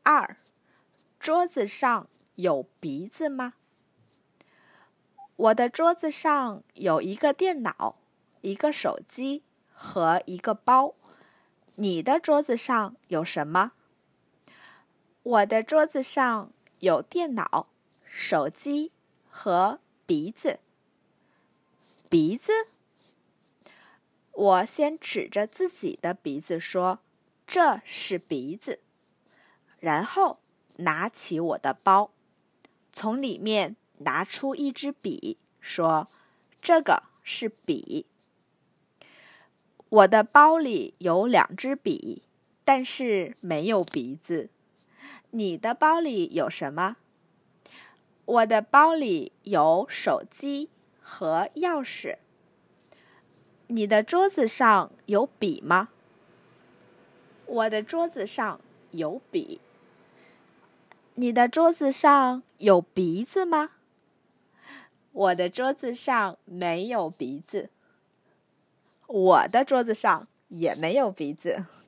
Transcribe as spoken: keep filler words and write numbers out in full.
二，桌子上有鼻子吗？我的桌子上有一个电脑、一个手机和一个包。你的桌子上有什么？我的桌子上有电脑、手机和鼻子。鼻子？我先指着自己的鼻子说，这是鼻子。然后拿起我的包，从里面拿出一支笔，说，这个是笔。我的包里有两支笔，但是没有鼻子。你的包里有什么？我的包里有手机和钥匙。你的桌子上有笔吗？我的桌子上有笔。你的桌子上有鼻子吗？我的桌子上没有鼻子。我的桌子上也没有鼻子。